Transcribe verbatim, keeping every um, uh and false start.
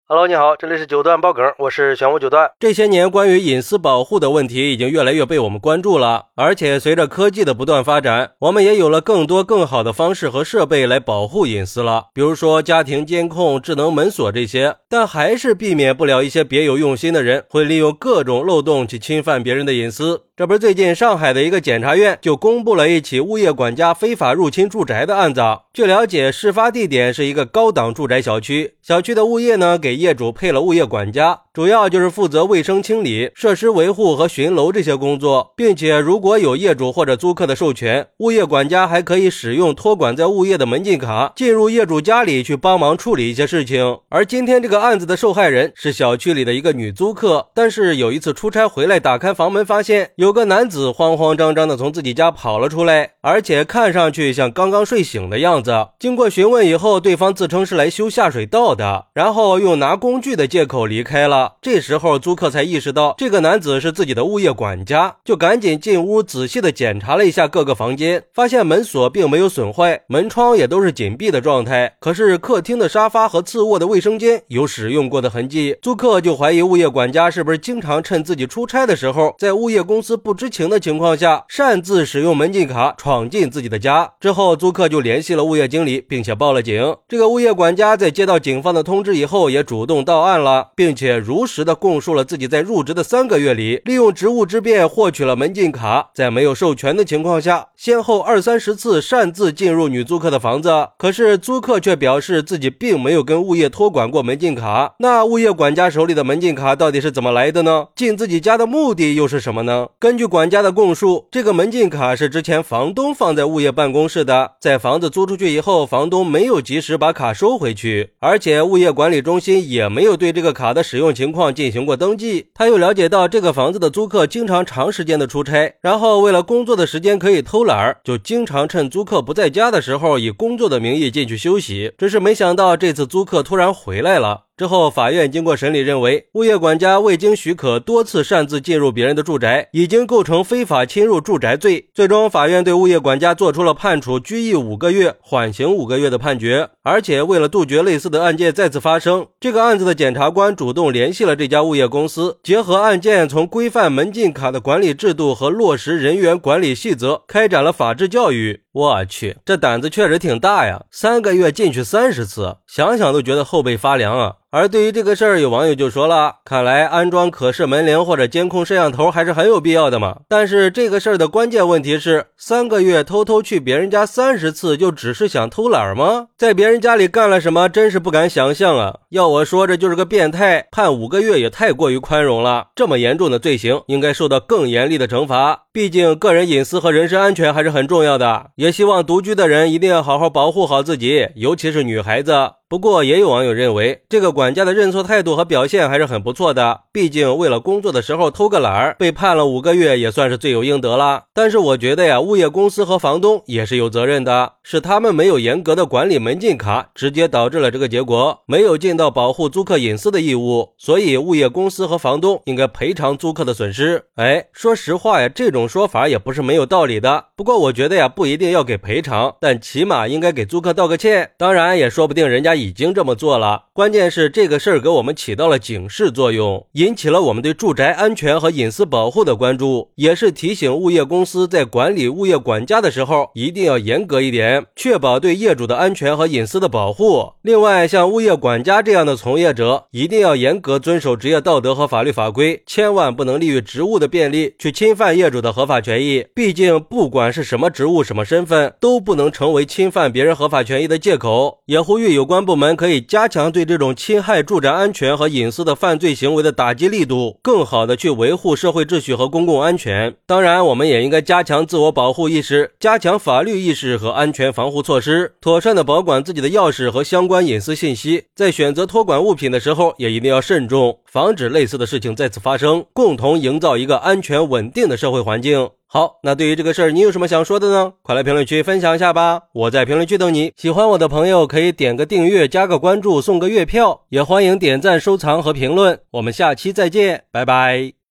Hello， 你好，这里是九段爆梗，我是玄武九段。这些年关于隐私保护的问题已经越来越被我们关注了，而且随着科技的不断发展，我们也有了更多更好的方式和设备来保护隐私了，比如说家庭监控、智能门锁这些，但还是避免不了一些别有用心的人会利用各种漏洞去侵犯别人的隐私。这不是最近上海的一个检察院就公布了一起物业管家非法入侵住宅的案子。据了解，事发地点是一个高档住宅小区，小区的物业呢给业主配了物业管家，主要就是负责卫生清理、设施维护和巡楼这些工作，并且如果有业主或者租客的授权，物业管家还可以使用托管在物业的门禁卡进入业主家里去帮忙处理一些事情。而今天这个案子的受害人是小区里的一个女租客，但是有一次出差回来，打开房门发现有个男子慌慌张张的从自己家跑了出来，而且看上去像刚刚睡醒的样子。经过询问以后，对方自称是来修下水道的，然后用拿工具的借口离开了。这时候租客才意识到这个男子是自己的物业管家，就赶紧进屋仔细的检查了一下各个房间，发现门锁并没有损坏，门窗也都是紧闭的状态，可是客厅的沙发和次卧的卫生间有使用过的痕迹。租客就怀疑物业管家是不是经常趁自己出差的时候，在物业公司不知情的情况下擅自使用门禁卡闯进自己的家。之后租客就联系了物业经理，并且报了警。这个物业管家在接到警方的通知以后也主动到案了，并且如实的供述了自己在入职的三个月里利用职务之便获取了门禁卡，在没有授权的情况下先后二三十次擅自进入女租客的房子。可是租客却表示自己并没有跟物业托管过门禁卡。那物业管家手里的门禁卡到底是怎么来的呢？进自己家的目的又是什么呢？根据管家的供述，这个门禁卡是之前房东放在物业办公室的，在房子租出去以后，房东没有及时把卡收回去，而且物业管理中心也没有对这个卡的使用情况进行过登记。他又了解到这个房子的租客经常长时间的出差，然后为了工作的时间可以偷懒，就经常趁租客不在家的时候以工作的名义进去休息，只是没想到这次租客突然回来了。之后法院经过审理认为，物业管家未经许可多次擅自进入别人的住宅，已经构成非法侵入住宅罪。最终法院对物业管家做出了判处拘役五个月、缓刑五个月的判决。而且为了杜绝类似的案件再次发生，这个案子的检察官主动联系了这家物业公司，结合案件从规范门禁卡的管理制度和落实人员管理细则，开展了法制教育。我去，这胆子确实挺大呀，三个月进去三十次，想想都觉得后背发凉啊。而对于这个事儿，有网友就说了，看来安装可视门铃或者监控摄像头还是很有必要的嘛。但是这个事儿的关键问题是，三个月偷偷去别人家三十次，就只是想偷懒吗？在别人家里干了什么，真是不敢想象啊。要我说，这就是个变态，判五个月也太过于宽容了。这么严重的罪行，应该受到更严厉的惩罚。毕竟个人隐私和人身安全还是很重要的，也希望独居的人一定要好好保护好自己，尤其是女孩子。不过也有网友认为，这个管家的认错态度和表现还是很不错的，毕竟为了工作的时候偷个懒儿，被判了五个月也算是罪有应得了。但是我觉得呀，物业公司和房东也是有责任的，是他们没有严格的管理门禁卡，直接导致了这个结果，没有尽到保护租客隐私的义务，所以物业公司和房东应该赔偿租客的损失。哎，说实话呀，这种说法也不是没有道理的，不过我觉得呀，不一定要给赔偿，但起码应该给租客道个歉，当然也说不定人家已经这么做了。关键是这个事儿给我们起到了警示作用，引起了我们对住宅安全和隐私保护的关注，也是提醒物业公司在管理物业管家的时候一定要严格一点，确保对业主的安全和隐私的保护。另外，像物业管家这样的从业者，一定要严格遵守职业道德和法律法规，千万不能利用职务的便利去侵犯业主的合法权益。毕竟不管是什么职务什么身份，都不能成为侵犯别人合法权益的借口。也呼吁有关部门可以加强对这种侵害住宅安全和隐私的犯罪行为的打击力度，更好的去维护社会秩序和公共安全。当然，我们也应该加强自我保护意识，加强法律意识和安全防护措施，妥善的保管自己的钥匙和相关隐私信息。在选择托管物品的时候，也一定要慎重，防止类似的事情再次发生，共同营造一个安全稳定的社会环境。好，那对于这个事儿，你有什么想说的呢？快来评论区分享一下吧，我在评论区等你。喜欢我的朋友可以点个订阅，加个关注，送个月票，也欢迎点赞、收藏和评论。我们下期再见，拜拜。